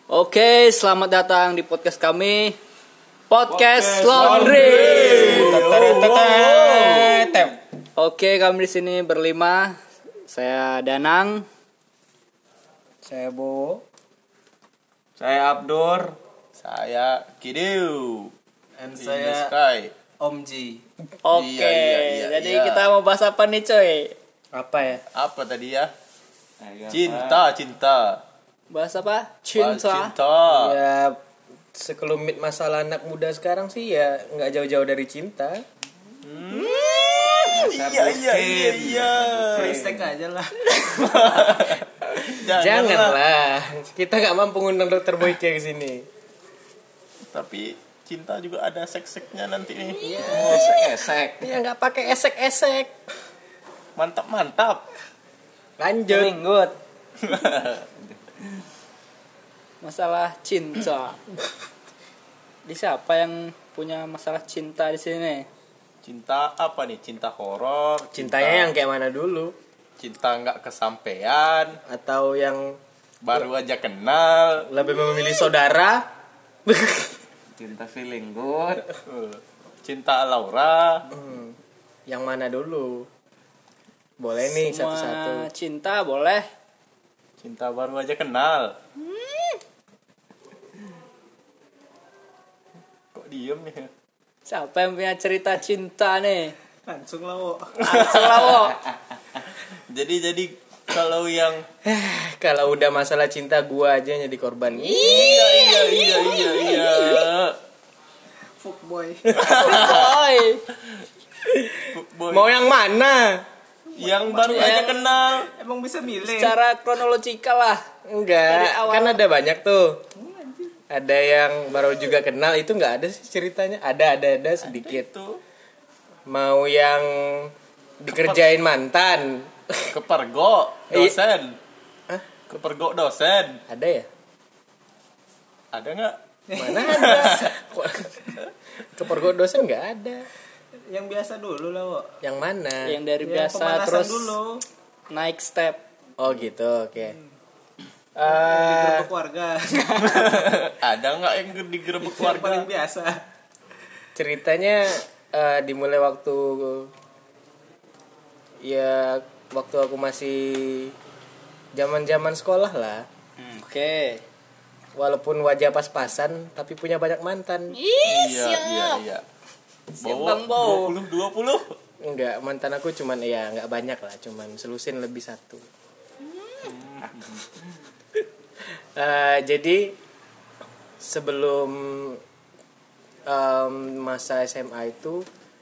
Oke, selamat datang di podcast kami, Podcast Laundry. Oke, kami di sini berlima. Saya Danang, Saya Bo, Saya Abdur, saya Kidiu, dan In the saya Sky. Om Ji. Oke, Iya, jadi iya. kita mau bahas apa nih, coy? Apa ya? Apa tadi ya? Cinta. Bahas apa? Bahas Cinta. cinta. Ya sekelumit masalah anak muda sekarang sih ya nggak jauh-jauh dari cinta. Iya. Freestek aja lah. Janganlah. Janganlah. Kita nggak mampu ngundang dokter Boyke ke sini. Tapi cinta juga ada sek-seknya nanti nih. Iya. Esek. Ya nggak pakai esek-esek. Mantap. Lanjut. Minggut. Masalah cinta. Di siapa yang punya masalah cinta di sini? Cinta apa nih? Cinta horor. Cintanya yang kayak mana dulu? Cinta nggak kesampean. Atau yang Baru aja kenal. lebih memilih saudara? Cinta feeling good. Cinta Laura. Yang mana dulu? Boleh nih Semua satu-satu. cinta boleh. Cinta baru aja kenal. Kok diem nih? Siapa yang punya cerita cinta nih? Langsung lah, Wo. Langsung lah, Wo. Jadi kalau yang Kalau udah masalah cinta gua aja yang jadi korban. iya. Fuckboy. Oi. Boy, Mau yang mana? yang baru aja kenal. Emang bisa milih? Secara kronologikal lah. Dari Enggak, awal. kan ada banyak tuh. Ada yang baru juga kenal, itu nggak ada sih ceritanya. Ada sedikit. Itu Mau yang dikerjain mantan. kepergok dosen. Hah? Kepergok dosen. Ada ya? Ada nggak? Mana ada? Kepergok dosen nggak ada. Yang biasa dulu lah, Wo. Yang mana? Yang dari Yang biasa pemanasan terus dulu. naik step. Oh gitu, oke. Digerebek warga. Ada nggak yang digerebek Yang paling warga? biasa. Ceritanya dimulai waktu aku masih zaman sekolah lah. Oke. Walaupun wajah pas-pasan tapi punya banyak mantan. Iya. Siap, Bang Bo. 20. Enggak, mantan aku cuman ya enggak banyak lah, cuman selusin lebih satu. Jadi sebelum masa SMA itu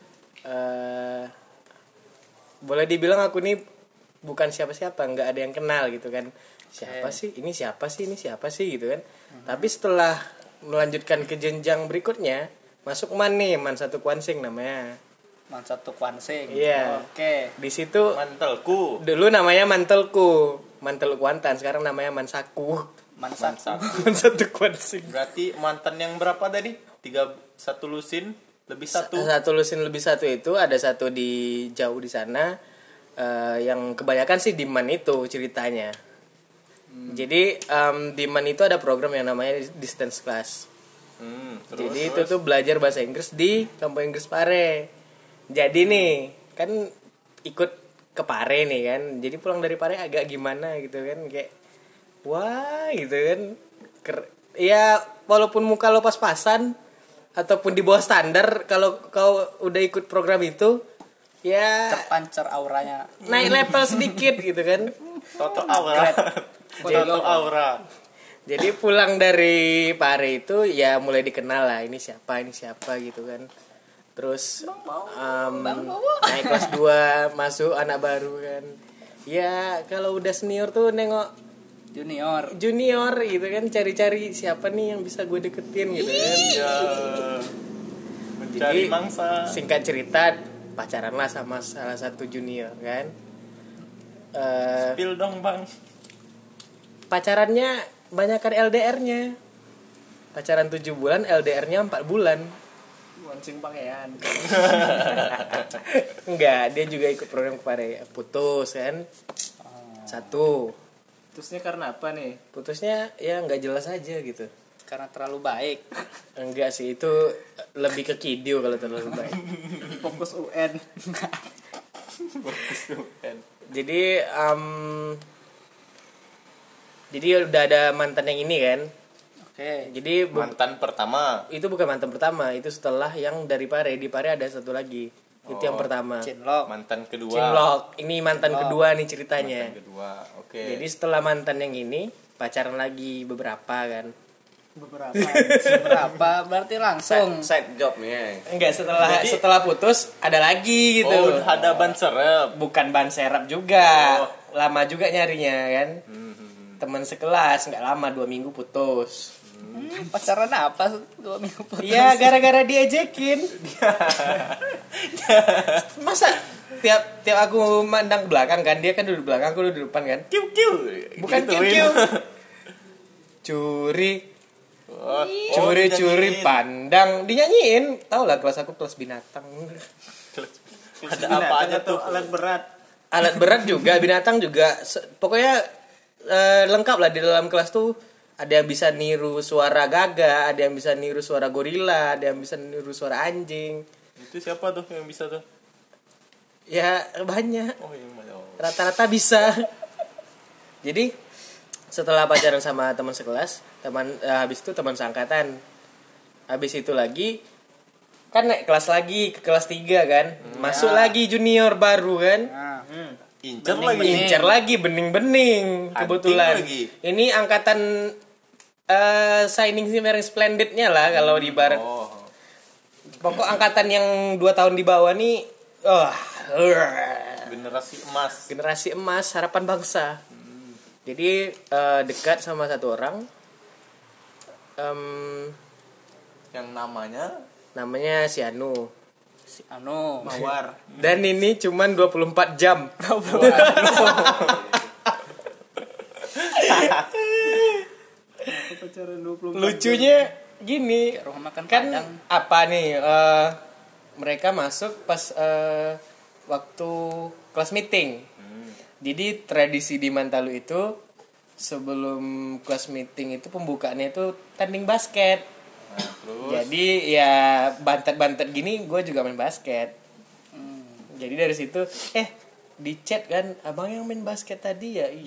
boleh dibilang aku nih bukan siapa-siapa, nggak ada yang kenal gitu kan. Siapa sih ini siapa sih gitu kan. Tapi setelah melanjutkan ke jenjang berikutnya, masuk man satu Kuansing namanya. Man satu Kwansing. Iya. Oke. Di situ Mantelku. dulu namanya mantelku, mantel Kuantan, sekarang namanya mansaku. Man satu. Man satu Kuansing. Berarti mantan yang berapa tadi? 1 lusin lebih satu. Satu lusin lebih satu itu ada satu di jauh di sana, yang kebanyakan sih di Man itu ceritanya. Jadi di Man itu ada program yang namanya distance class. Jadi itu tuh belajar bahasa Inggris di kampung Inggris Pare. Jadi nih kan ikut ke Pare nih kan. Jadi pulang dari Pare agak gimana gitu kan, kayak wah gitu kan. Ya walaupun muka lo pas-pasan ataupun di bawah standar, kalau kau udah ikut program itu ya Terpancar auranya. naik level sedikit gitu kan. Toto aura. Jadi pulang dari Pare itu ya mulai dikenal lah, ini siapa gitu kan. Terus naik kelas 2 masuk anak baru kan. Ya kalau udah senior tuh nengok junior gitu kan, cari-cari siapa nih yang bisa gue deketin gitu kan. Ya. Mencari Jadi, mangsa. Singkat cerita pacaran lah sama salah satu junior kan. Spill dong, Bang. Pacarannya banyakkan LDR-nya. Pacaran 7 bulan, LDR-nya 4 bulan. Wancing pakaian. Enggak, dia juga ikut program kemarin. Putus kan. Satu. Putusnya karena apa nih? Putusnya ya nggak jelas aja gitu. Karena terlalu baik. Enggak sih, itu lebih ke video kalau terlalu baik. Fokus UN. Jadi jadi udah ada mantan yang ini kan. Oke. Jadi Mantan pertama. itu bukan mantan pertama, itu setelah yang dari Pare. Di Pare ada satu lagi. Itu yang pertama. Cinlok. Mantan kedua. Cinlok. Ini mantan kedua nih ceritanya. Mantan kedua. Oke. Jadi setelah mantan yang ini pacaran lagi beberapa kan. Berapa? Berarti langsung. Side jobnya. Enggak, setelah putus ada lagi gitu. Oh, ada ban serep. Bukan ban serap juga. Oh. Lama juga nyarinya kan. Teman sekelas nggak lama 2 minggu putus. Pacaran apa 2 minggu putus? Iya, gara-gara diajakin. Masa tiap aku mandang ke belakang kan, dia kan duduk belakang, aku duduk di depan kan. Kiu kiu. Bukan Gituin. kiu-kiu. Curi Oh, curi pandang dinyanyiin. Tau lah kelas aku kelas binatang. Ada apa aja tuh? Alat berat. Alat berat juga, binatang juga. Pokoknya lengkap lah di dalam kelas tuh. Ada yang bisa niru suara gagak, ada yang bisa niru suara gorila, ada yang bisa niru suara anjing. Itu siapa tuh yang bisa tuh? Ya banyak. Oh, yang mana? Oh. Rata-rata bisa. Jadi setelah pacaran sama teman sekelas, habis itu teman seangkatan. Habis itu lagi kan naik kelas lagi ke kelas 3 kan. Masuk lagi junior baru kan. Nah, Incer lagi. Incer lagi bening-bening kebetulan. lagi. Ini angkatan Shining Shimmering Splendidnya lah kalau di barat. Oh. Pokok angkatan yang 2 tahun di bawah nih Generasi emas. generasi emas, harapan bangsa. Jadi dekat sama satu orang. Yang namanya Si Anu. si anu Mawar. Dan ini cuman 24 jam. Aku pacaran 24 Lucunya gini, rumah makan kan Padang. apa nih? Mereka masuk pas waktu kelas meeting. Jadi tradisi di Mantalu itu sebelum kelas meeting itu pembukaannya itu tanding basket. Nah, terus Jadi ya bantet-bantet gini gue juga main basket. Jadi dari situ di chat kan abang yang main basket tadi ya.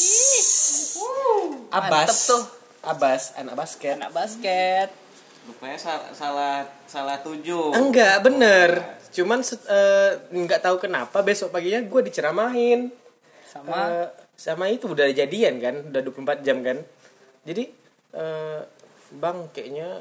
Abbas Mantep tuh. Abbas anak basket. Anak basket. Rupanya salah tujuh. Enggak bener. Cuman nggak tahu kenapa besok paginya gue diceramahin. Sama itu udah jadian kan, udah 24 jam kan. Jadi bang kayaknya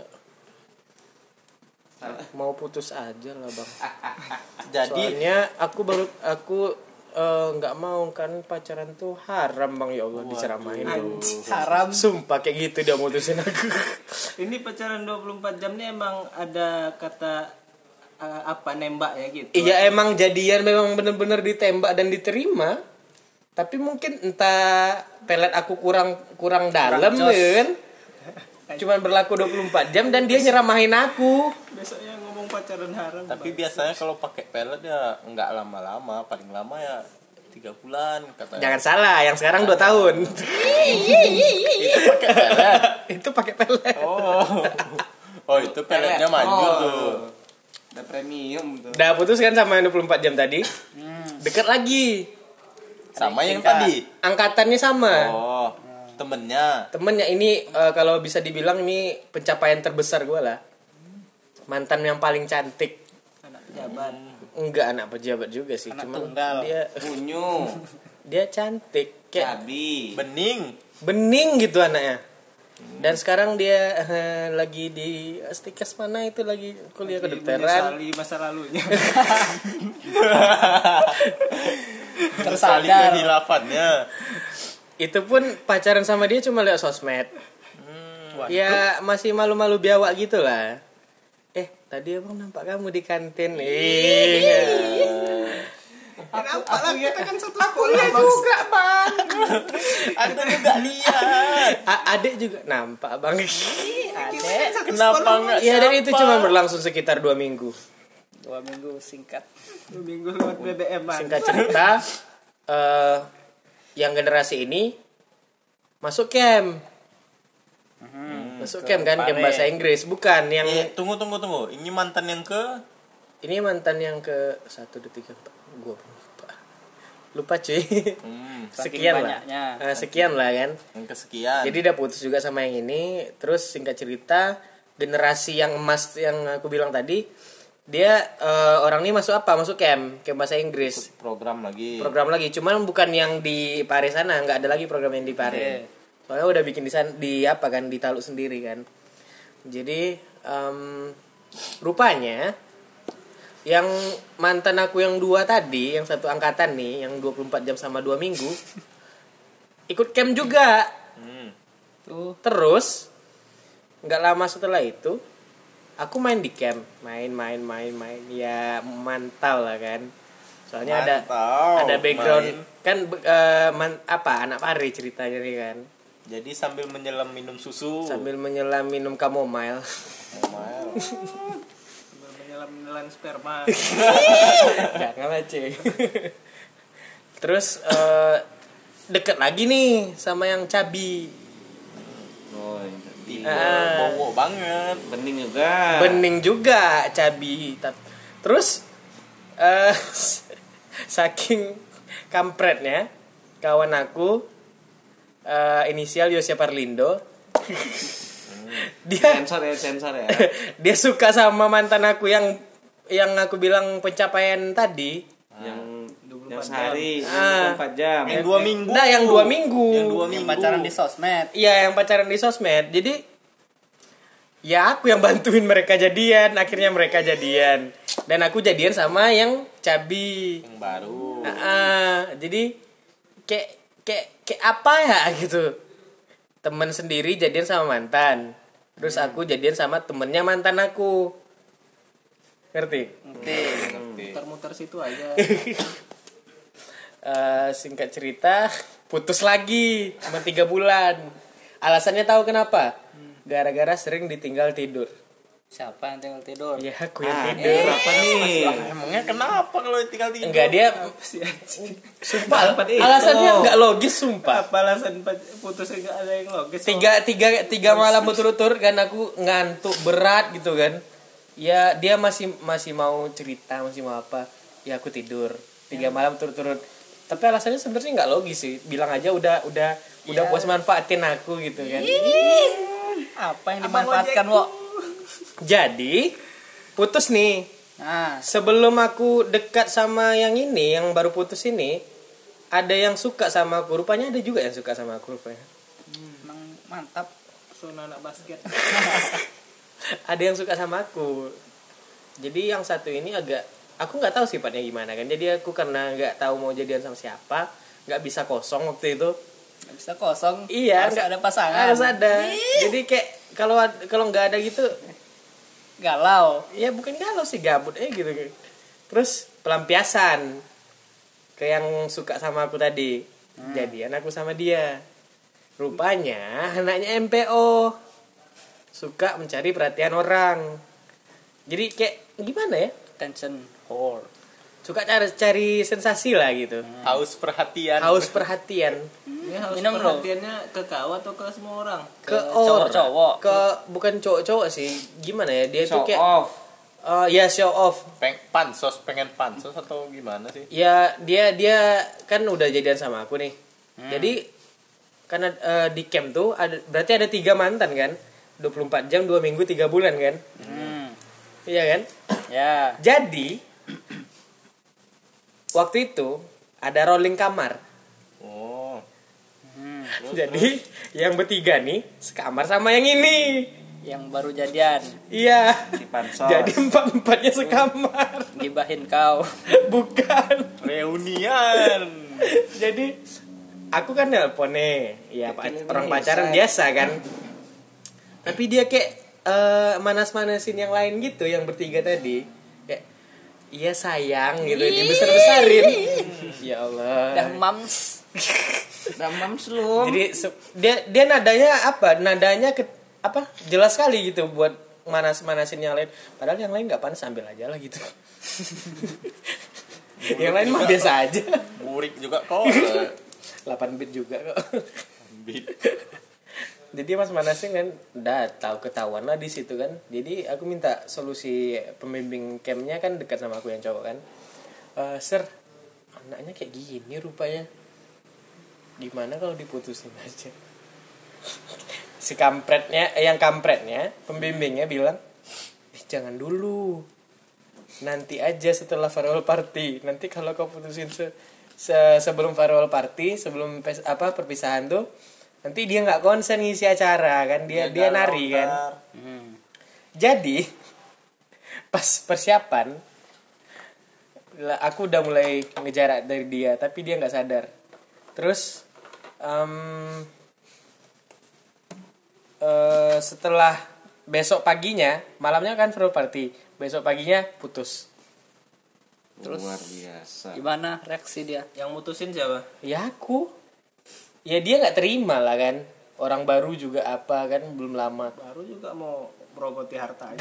mau putus aja lah bang. jadi Soalnya aku nggak mau kan, pacaran tuh haram bang. Ya Allah, diceramahin tuh. Haram. Sumpah kayak gitu dia mutusin aku. Ini pacaran 24 jam nih emang ada kata apa nembak ya gitu. Iya emang jadian memang bener-bener ditembak dan diterima. Tapi mungkin entah pelet aku kurang dalam jos. kan. Cuman berlaku 24 jam dan dia nyeramahin aku. Besoknya ngomong pacaran haram. tapi biasanya kalau pakai pelet ya nggak lama-lama, paling lama ya 3 bulan katanya. Jangan salah, yang sekarang 2 tahun. Itu pakai pelet. Itu pakai pelet. Oh itu peletnya maju tuh. Udah premium tuh. Udah putus kan sama yang 24 jam tadi. Deket lagi. Sama yang tadi. Angkatannya sama. Oh, temennya. Temennya ini kalau bisa dibilang ini pencapaian terbesar gue lah. Mantan yang paling cantik. Anak pejabat. Enggak anak pejabat juga sih. Anak Cuman tunggal. Unyu, dia cantik. Kayak cabi. Bening. bening gitu anaknya. Dan sekarang dia lagi di Astikes mana itu, lagi kuliah kedokteran. Menyesali masa lalunya. Tersali kehilafannya. Itu pun pacaran sama dia cuma lewat sosmed. Ya masih malu-malu biawak gitu lah. Tadi abang nampak kamu di kantin. Kenapa lah kita kan satu sekolah juga bang. Aku juga lihat. Adek juga nampak bang. Adek. Kenapa enggak? Iya, dan itu cuma berlangsung sekitar 2 minggu. 2 minggu singkat. 2 minggu lewat BBM man. Singkat cerita, yang generasi ini masuk camp. Masuk camp kan, camp bahasa Inggris. Bukan yang Tunggu. Ini mantan yang ke ini mantan yang ke 1 2 3 4. Gua lupa cuy. Sekian lah. Sekian lah kan. yang kesekian. Jadi udah putus juga sama yang ini. Terus singkat cerita, generasi yang emas yang aku bilang tadi, dia orang ini masuk apa? Masuk camp bahasa Inggris. program lagi. Cuman bukan yang di Pare sana, nggak ada lagi program yang di Pare. Soalnya udah bikin di apa kan, di Taluk sendiri kan. Jadi rupanya yang mantan aku yang 2 tadi, yang satu angkatan nih, yang 24 jam sama 2 minggu, ikut camp juga. Terus nggak lama setelah itu aku main di camp, main ya mantau lah kan. Soalnya ada background kan anak Pare ceritanya nih kan. Jadi sambil menyelam minum susu. Sambil menyelam minum chamomile. Menyelam sperma. Jangan lah cuy. Terus deket lagi nih sama yang cabi. Oh, Bowo banget. bening juga. Cabi. Terus saking kampretnya kawan aku inisial Yosep Parlindo. Dia sensor ya. Dia suka sama mantan aku yang aku bilang pencapaian tadi. Yang sehari 24 jam. Yang 2 minggu. Nah, yang 2 minggu. Yang pacaran di sosmed. Iya, yang pacaran di sosmed. Jadi ya aku yang bantuin mereka jadian. Akhirnya mereka jadian. Dan aku jadian sama yang cabi. Yang baru. Jadi kayak apa ya gitu. Temen sendiri jadian sama mantan. Terus aku jadian sama temennya mantan aku. Ngerti? Muter-muter situ aja. Singkat cerita, putus lagi cuma 3 bulan. Alasannya tahu kenapa? Gara-gara sering ditinggal tidur. Siapa yang tinggal tidur? Iya, aku yang tidur. Apa nih? Emangnya kenapa kalau tinggal tidur? Enggak, dia sumpah alasannya enggak logis sumpah. Apa alasan putusnya nggak ada yang logis? Tiga malam berturut-turut kan aku ngantuk berat gitu kan. Ya dia masih mau cerita, masih mau apa. Ya aku tidur 3 malam berturut-turut. Tapi alasannya sebenarnya nggak logis sih. Bilang aja udah puas manfaatin aku gitu kan. Apa yang dimanfaatkan, Wo? Jadi putus nih. Nah, Sebelum aku dekat sama yang ini, yang baru putus ini, ada yang suka sama aku. Rupanya ada juga yang suka sama aku rupanya. emang mantap. Zona anak basket. Ada yang suka sama aku. Jadi yang satu ini aku nggak tahu sifatnya gimana kan. Jadi aku karena nggak tahu mau jadian sama siapa, nggak bisa kosong waktu itu. Nggak bisa kosong. Iya, harus nggak ada pasangan. Harus ada. Jadi kayak kalau nggak ada gitu, Galau. ya bukan galau sih, gabut gitu. Terus pelampiasan ke yang suka sama aku tadi. Jadian aku sama dia. Rupanya anaknya MPO, suka mencari perhatian orang. Jadi kayak gimana ya? Attention whore. Suka cari sensasi lah gitu. Haus perhatian. Haus perhatian. Ini harus Minum dong. perhatiannya ke kau atau ke semua orang? Ke cowok-cowok. Bukan cowok-cowok sih. Gimana ya? Dia Show tuh kayak off. ya show off. Pengen pansos atau gimana sih? Ya dia kan udah jadian sama aku nih. Jadi karena di camp tuh berarti ada 3 mantan kan. 24 jam 2 minggu 3 bulan kan. Iya kan? Ya. Jadi waktu itu ada rolling kamar. Oh. Jadi yang bertiga nih sekamar sama yang ini. Yang baru jadian. Iya. Si pansos. Jadi 4-4-nya sekamar. Gibahin kau. Bukan. Reunian. Jadi aku kan nelpon nih. Ya Kecil orang nih, pacaran Sat. biasa kan. Tapi dia kayak manas-manasin yang lain gitu, yang bertiga tadi. Kayak iya sayang gitu, dibesar-besarin. Ya Allah. Dah mams. Damam selum. Jadi dia nadanya apa? Nadanya jelas sekali gitu buat manas-manasin yang lain. Padahal yang lain nggak panas, ambil aja lah gitu. Yang lain mah biasa aja. Burik juga kok. 8 bit juga kok. Jadi Mas Manasnya kan udah ketahuan lah di situ kan. Jadi aku minta solusi, pembimbing campnya kan dekat sama aku yang cowok kan. Sir, anaknya kayak gini rupanya. Gimana kalau diputusin aja? Si yang kampretnya, pembimbingnya bilang, jangan dulu. Nanti aja setelah farewell party. Nanti kalau kau putusin sebelum farewell party, sebelum perpisahan tuh, nanti dia nggak konsen ngisi acara kan, dia nari kan. Jadi pas persiapan, aku udah mulai ngejarak dari dia, tapi dia nggak sadar. Terus setelah besok paginya, malamnya kan farewell party, besok paginya putus. Terus Luar biasa. gimana reaksi dia? Yang mutusin siapa? Ya aku. Ya dia nggak terima lah kan. Orang baru juga apa kan, belum lama. Baru juga mau merogoti hartanya.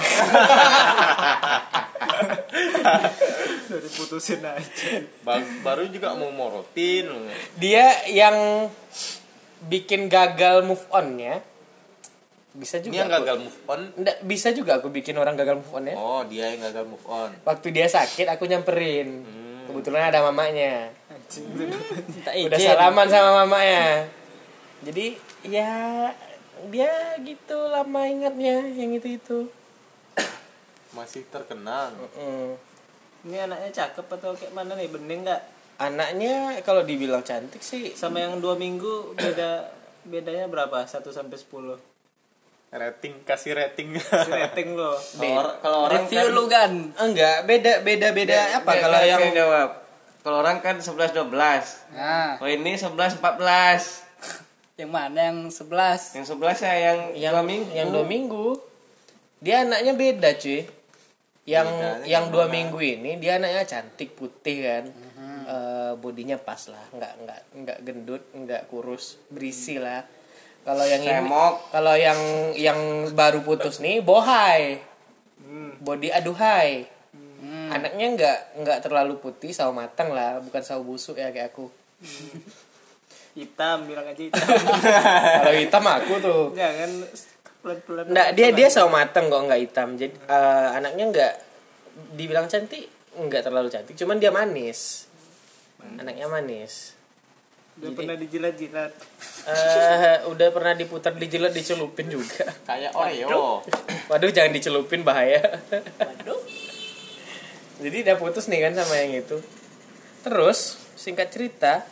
Dari putusin aja. Baru juga mau morotin. Dia yang bikin gagal move on-nya. Bisa Ini juga yang aku- gagal move on. Nggak, bisa juga aku bikin orang gagal move on ya. Oh, dia yang gagal move on. Waktu dia sakit aku nyamperin. Kebetulan ada mamanya. Minta Udah izin. salaman sama mamanya. Jadi ya dia gitu lama ingatnya yang itu. Masih terkenang. Ini anaknya cakep atau kayak mana nih? Bening nggak? Anaknya kalau dibilang cantik sih Sama yang 2 minggu bedanya berapa? 1 sampai 10. Kasih rating. Rating lo. Kalau orang Review kan lu kan. enggak beda apa kalau yang jawab. Kalau orang kan 11 12. Nah, Kalau ini 11 14. yang mana yang 11? Yang 11 ya yang 2 minggu. yang 2 minggu dia anaknya beda cuy. Yang 2 minggu ini dia anaknya cantik putih kan. Bodinya pas lah, enggak gendut, enggak kurus, berisi lah. Kalau yang ini, Semok. kalau yang baru putus nih bohai. Body aduhai. Anaknya enggak terlalu putih, sawo matang lah, bukan sawo busuk ya kayak aku. Hitam, bilang aja hitam. Kalau hitam aku tuh. Jangan pelan-pelan. Nggak, dia sawo matang kok, nggak hitam. Jadi anaknya nggak dibilang cantik, nggak terlalu cantik, cuman dia manis. Anaknya manis. Udah pernah dijilat-jilat. Udah pernah diputar, dijilat, dicelupin juga. Kayak Oreo. Waduh, jangan dicelupin, bahaya. Jadi udah putus nih kan sama yang itu. Terus singkat cerita,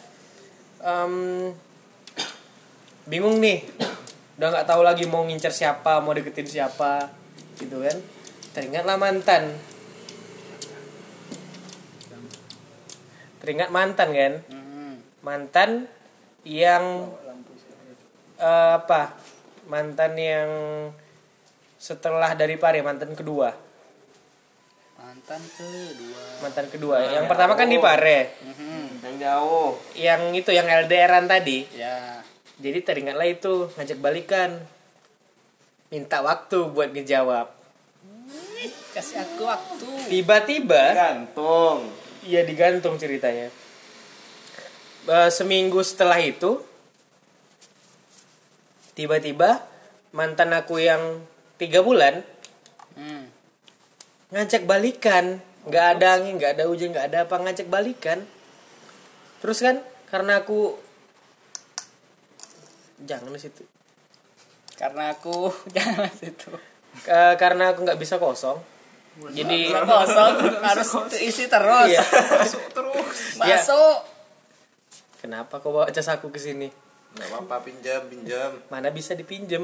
bingung nih, udah nggak tahu lagi mau ngincer siapa, mau deketin siapa, gitu kan. Teringat mantan kan. Mantan yang mantan yang setelah dari Pare, mantan kedua. Mantan kedua. Yang pertama kan di Pare. Yang jauh. Yang itu yang LDRan tadi. Ya. Jadi teringatlah itu, ngajak balikan. Minta waktu buat ngejawab. Kasih aku waktu. Tiba-tiba Gantung. iya digantung ceritanya. Seminggu setelah itu tiba-tiba mantan aku yang 3 bulan ngajak balikan. Nggak ada angin, nggak ada hujan, nggak ada apa, ngajak balikan. Terus kan karena aku jangan di situ. Karena aku jangan situ. Karena aku nggak bisa kosong. Jadi Kosong harus isi terus. Iya. Terus. Ya. Masuk. Kenapa kau bawa cas aku ke sini? Enggak apa-apa, pinjam. Mana bisa dipinjem?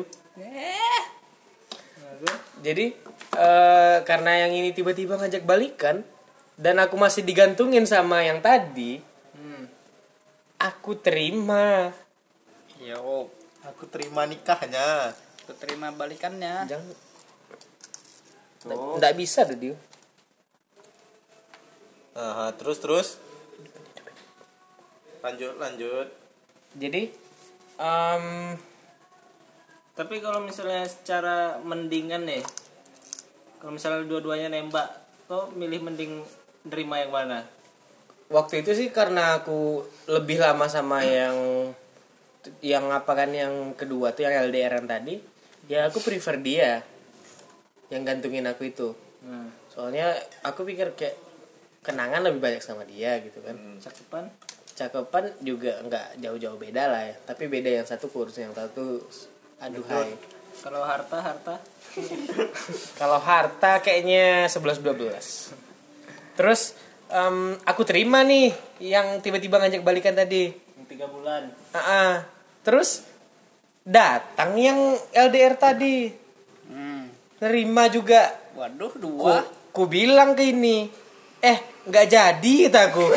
Jadi karena yang ini tiba-tiba ngajak balikan dan aku masih digantungin sama yang tadi, aku terima. Yo, Aku terima nikahnya. aku terima balikannya. Jangan, nggak bisa tuh dia. Terus. Lanjut. Jadi Tapi kalau misalnya secara mendingan nih, kalau misalnya dua-duanya nembak, kau milih mending nerima yang mana? waktu itu sih karena aku lebih lama sama yang yang apa kan yang kedua tuh yang LDRan tadi, ya aku prefer dia yang gantungin aku itu. Soalnya aku pikir kayak kenangan lebih banyak sama dia gitu kan. Cakepan juga nggak jauh-jauh beda lah ya, tapi beda yang satu kurus, yang satu aduhai. Kalau harta Kalau harta kayaknya 11-12. Terus aku terima nih yang tiba-tiba ngajak balikan tadi. yang 3 bulan. Terus datang yang LDR tadi. Terima juga. Waduh, 2. Ku bilang ke ini. Nggak jadi kataku.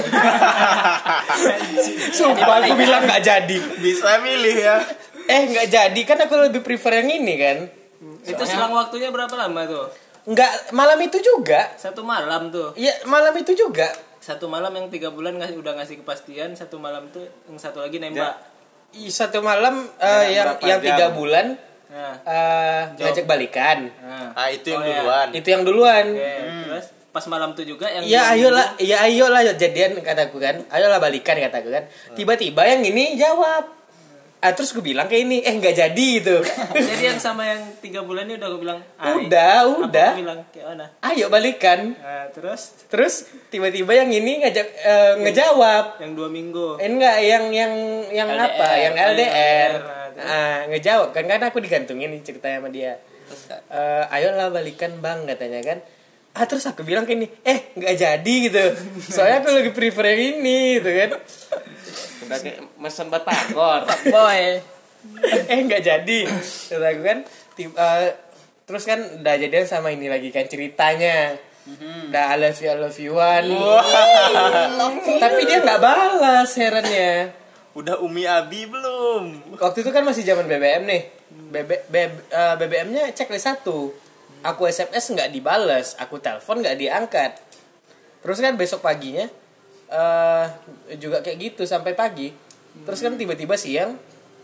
Sumpah aku bilang nggak jadi. Bisa milih ya. Nggak jadi kan aku lebih prefer yang ini kan. Itu selang waktunya berapa lama tuh? Nggak, malam itu juga. 1 malam tuh. Iya, malam itu juga. 1 malam yang 3 bulan udah ngasih kepastian, 1 malam tuh yang satu lagi nembak. Satu malam yang 3 bulan ngajak balikan. Itu yang duluan. Itu yang duluan. Terus pas malam tuh juga yang ayolah jadian kataku kan. Ayolah balikan kataku kan. Tiba-tiba yang ini jawab. Terus gue bilang kayak ini, nggak jadi gitu. Jadi yang sama yang 3 bulan ini udah gue bilang, udah. Aku bilang kayak mana? Ayo balikan. Terus tiba-tiba yang ini ngejawab. Yang 2 minggu. Enggak, yang LDR. apa? Yang LDR. Nah, Ngejawab kan karena aku digantungin ceritanya sama dia. Ayolah balikan bang katanya kan. Terus aku bilang kayak ini, nggak jadi gitu. Soalnya aku lagi prefer yang ini gitu kan. Udah kayak mesen batagor. Boy. Nggak jadi. Terus aku kan terus kan udah jadian sama ini lagi kan ceritanya. Udah I love you-an. Tapi dia nggak balas, herannya. Udah Umi Abi belum? Waktu itu kan masih zaman BBM nih. BBM-nya checklist 1. Aku SMS nggak dibales, aku telepon nggak diangkat. Terus kan besok paginya juga kayak gitu sampai pagi. Terus kan tiba-tiba siang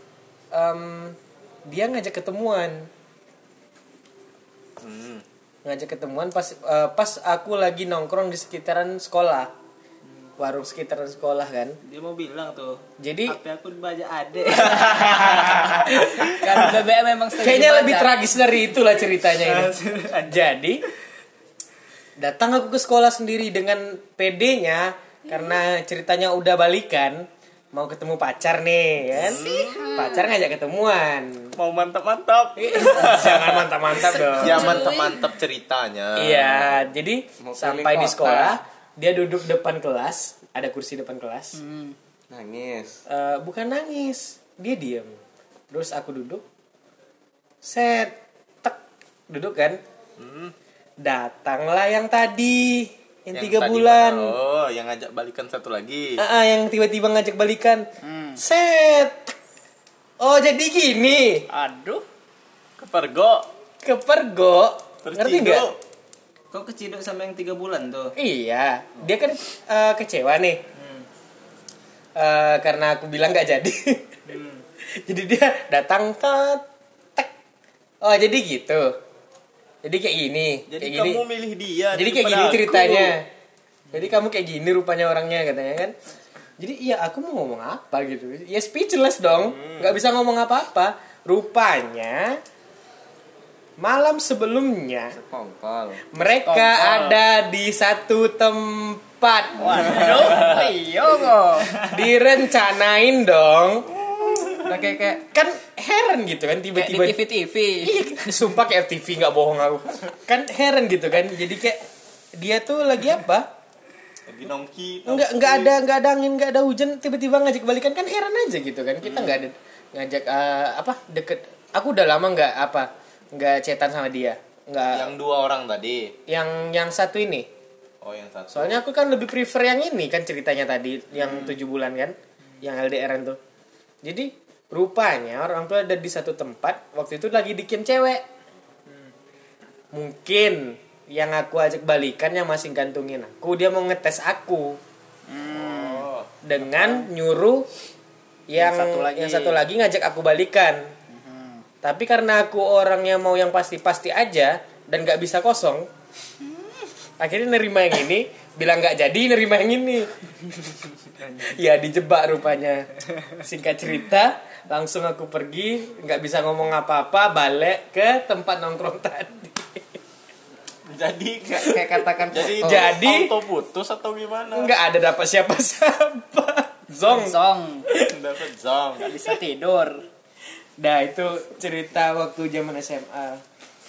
dia ngajak ketemuan. Ngajak ketemuan pas aku lagi nongkrong di sekitaran sekolah. Warung sekitaran sekolah kan. dia mau bilang tuh. Jadi HP aku dibaca adek. Kan BBM memang sering kayaknya dibaca. lebih tragis dari itulah ceritanya ini. Jadi datang aku ke sekolah sendiri dengan PD-nya karena ceritanya udah balikan, mau ketemu pacar nih kan. Pacar ngajak ketemuan. Mau mantap-mantap. Jangan mantap-mantap dong. Ya mantap-mantap ceritanya. Iya, jadi Mau sampai keliling di kota. sekolah, dia duduk depan kelas, ada kursi depan kelas. Nangis. Bukan nangis, dia diam. Terus aku duduk, set, tek, duduk kan. Datanglah yang tadi, yang 3 tadi bulan. mana? Oh, yang ngajak balikan satu lagi. Yang tiba-tiba ngajak balikan. Set. Oh, jadi gini. Aduh. Kepergok. Kepergok. Ngerti nggak? Terciduk. Kok keciduk sama yang 3 bulan tuh? Iya, dia kan kecewa nih. Karena aku bilang nggak jadi. Jadi dia datang tek. Oh, jadi gitu. Jadi kayak gini. Jadi kayak kamu gini. milih dia. Jadi kayak daripada gini aku. ceritanya. Jadi kamu kayak gini rupanya orangnya katanya kan. Jadi iya aku mau ngomong apa gitu. Ya speechless dong. Nggak bisa ngomong apa-apa. Rupanya malam sebelumnya Kongkol. mereka ada di satu tempat. Waduh, iya kok. Direncanain dong. Nah, kayak kan heran gitu kan Kayak tiba-tiba. di TV-TV. Iya, sumpah kayak FTV nggak bohong aku. Kan heran gitu kan. Jadi kayak dia tuh lagi apa? Lagi nongki. Nggak ada angin, nggak ada hujan, tiba-tiba ngajak balikan kan heran aja gitu kan. Kita nggak ada ngajak deket. Aku udah lama nggak chatan sama dia. Nggak. Yang 2 orang tadi. Yang satu ini. Oh, yang satu. Soalnya aku kan lebih prefer yang ini kan ceritanya tadi yang 7 bulan kan, yang LDRan tuh. Jadi rupanya orang tua ada di satu tempat waktu itu lagi dikim cewek. Mungkin yang aku ajak balikan yang masih gantungin aku, dia mau ngetes aku. Dengan nyuruh yang satu lagi ngajak aku balikan. Tapi karena aku orangnya mau yang pasti-pasti aja dan nggak bisa kosong, Akhirnya nerima yang ini, bilang nggak jadi, nerima yang ini. Ya dijebak rupanya. Singkat cerita, langsung aku pergi, nggak bisa ngomong apa-apa, balik ke tempat nongkrong tadi. Jadi Kayak katakan Jadi- auto putus atau gimana? Nggak ada dapat siapa-siapa. Zong. Dapat zong. Nggak bisa tidur. Nah itu cerita waktu zaman SMA.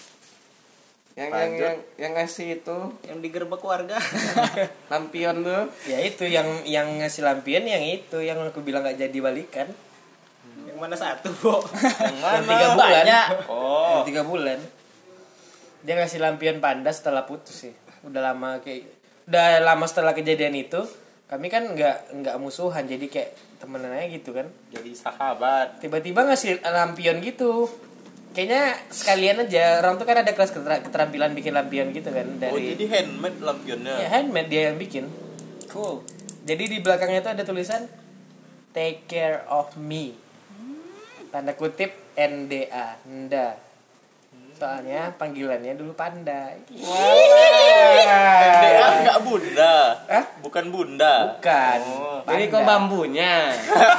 yang ngasih itu Yang digerebek warga. lampion tuh. Ya itu yang ngasih lampion, yang itu yang aku bilang nggak jadi balikan. Yang mana satu, Bo? Yang Yang mana? 3 bulan. Banyak. Oh. Yang 3 bulan. Dia ngasih lampion panda setelah putus sih. Udah lama setelah kejadian itu. Kami kan nggak musuhan, jadi kayak temenan aja gitu kan. Jadi sahabat. Tiba-tiba ngasih lampion gitu. Kayaknya sekalian aja, orang tuh kan ada kelas keterampilan bikin lampion gitu kan dari. Oh, jadi handmade lampionnya. Ya handmade dia yang bikin. Cool. Jadi di belakangnya itu ada tulisan Take care of me. Tanda kutip NDA, Nda. Soalnya panggilannya dulu Panda. Dia enggak bunda. Hah? Bukan bunda. Bukan. Oh. Ini kok bambunya.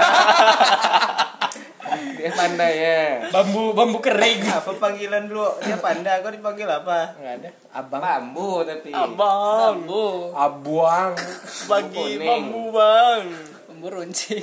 Dia pandanya. Bambu kering. Apa panggilan dulu? Dia Panda, kau dipanggil apa? Enggak ada. Abang. Bambu tapi. Abang. Abuang. Bagi kuning. bambu, Bang. Bumbu runcing.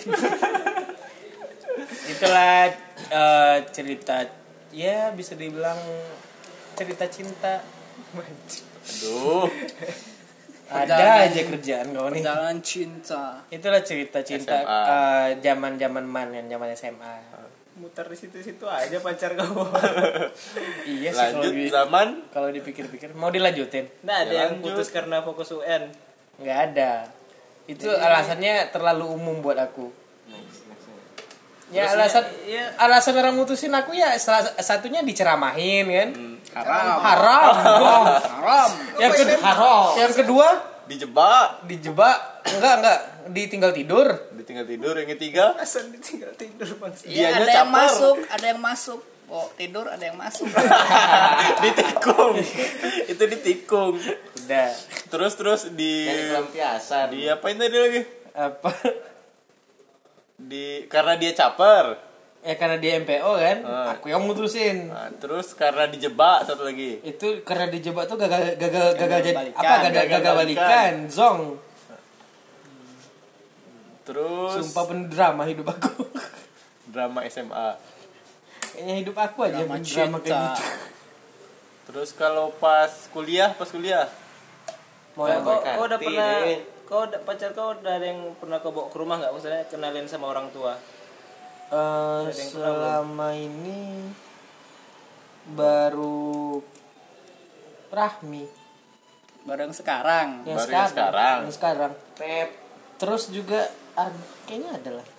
Itulah cerita, ya bisa dibilang cerita cinta. Aduh. Ada aja kerjaan kau nih. Perjalanan cinta. Itulah cerita cinta SMA. zaman-zaman zaman SMA. Muter di situ-situ aja pacar kau. Iya sih Lanjut zaman. kalau dipikir-pikir mau dilanjutin. Nggak ada Ya, yang lanjut. putus karena fokus UN. Nggak ada. Itu alasannya terlalu umum buat aku. Ya alasan orang mutusin aku ya salah satunya diceramahin kan. Haram. Haram. Haram. Yang kedua Dijebak. dijebak, enggak ditinggal tidur. Ditinggal tidur. Yang ketiga. Asal ditinggal tidur bang. Iya, Dianya ada yang caper. masuk, ada yang masuk. Oh, tidur ada yang masuk. Ditikung. Itu ditikung. Udah. Terus di Kayak pelampiasan. di apain tadi lagi? Apa? Karena dia caper. Ya karena dia MPO kan, aku yang mutusin. Nah, terus karena dijebak satu lagi. Itu karena dijebak tuh gagal jadi balikan. apa gagal Gagal balikan, zong. Terus Sumpah penuh drama hidup aku. drama SMA. Kayaknya hidup aku aja Drama drama kayak cinta. gitu. Terus kalau pas kuliah Mau Kau Berkati udah pernah, nih. pacar kau udah ada yang pernah kau bawa ke rumah nggak? Maksudnya kenalin sama orang tua. selama ini baru Rahmi Baru yang sekarang. yang Baru yang sekarang. yang sekarang. Pep. Terus juga kayaknya ada lah.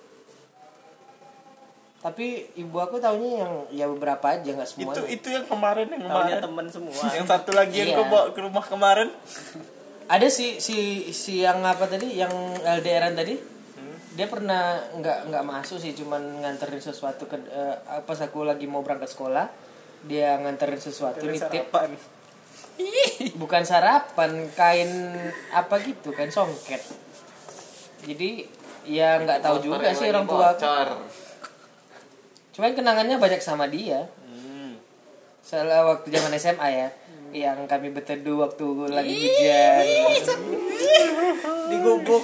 Tapi ibu aku taunya yang ya beberapa aja nggak semua. itu yang kemarin Taunya temen semua. yang satu lagi yang Iya. kau bawa ke rumah kemarin. Ada si yang apa tadi yang LDRan tadi. Dia pernah nggak masuk sih, cuman nganterin sesuatu ke pas aku lagi mau berangkat sekolah, dia nganterin sesuatu Dari nitip. sarapan. Bukan sarapan, kain apa gitu, kain songket. Jadi ya nggak tahu juga Motor sih yang orang lagi tua aku. bocor. Cuman kenangannya banyak sama dia. Soalnya waktu zaman SMA ya, yang kami berteduh waktu lagi hujan. Digubuk.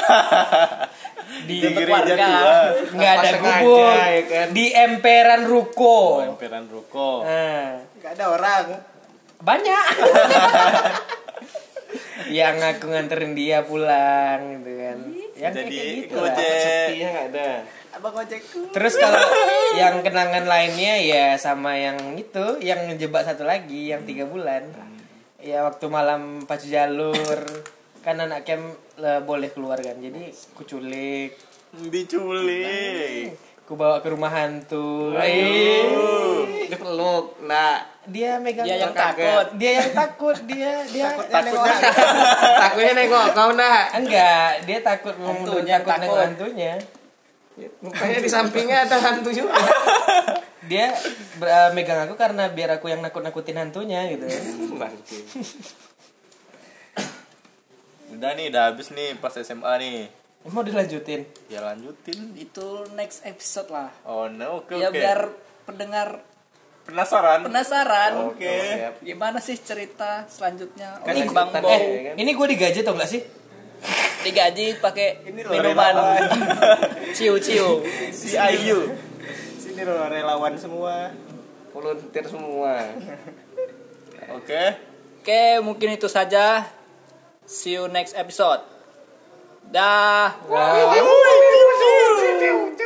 Di gereja tua. Nggak ada Tanpa sengaja, gubuk ya kan? di emperan ruko. Emperan ruko. Nah, Gak ada orang. banyak. Yang aku nganterin dia pulang gitu kan. Yang Jadi kayak gitu lah. gojek. Sepinya nggak ada. Abang ojekku. Terus kalau yang kenangan lainnya ya sama yang itu, yang ngejebak satu lagi yang 3 bulan. Ya waktu malam pacu jalur kan anak camp boleh keluar kan, jadi kuculik, Diculik. ku bawa ke rumah hantu. Dipeluk. Nah, Dia megang Dia yang Kaget. takut. dia yang takut dia Takutnya takutnya nengok kau nah. enggak, dia takut Hantunya takut nengok takut. hantunya. Rupanya di sampingnya ada hantu juga. Dia megang aku karena biar aku yang nakut-nakutin hantunya gitu. Bangke. Udah nih, udah habis nih pas SMA nih. Mau dilanjutin? Ya lanjutin. Itu next episode lah. Oh no, oke Ya oke. biar pendengar Penasaran? penasaran. Oke. Gimana sih cerita selanjutnya? Kan Ini Bang lanjutan Bo ya. Ini gue digaji atau enggak sih? digaji pakai Ini loh minuman relawan. ciu-ciu. Si Ayu. Sini loh relawan semua. Volunteer semua. Oke. Oke, mungkin itu saja. See you next episode. Dah. Nah.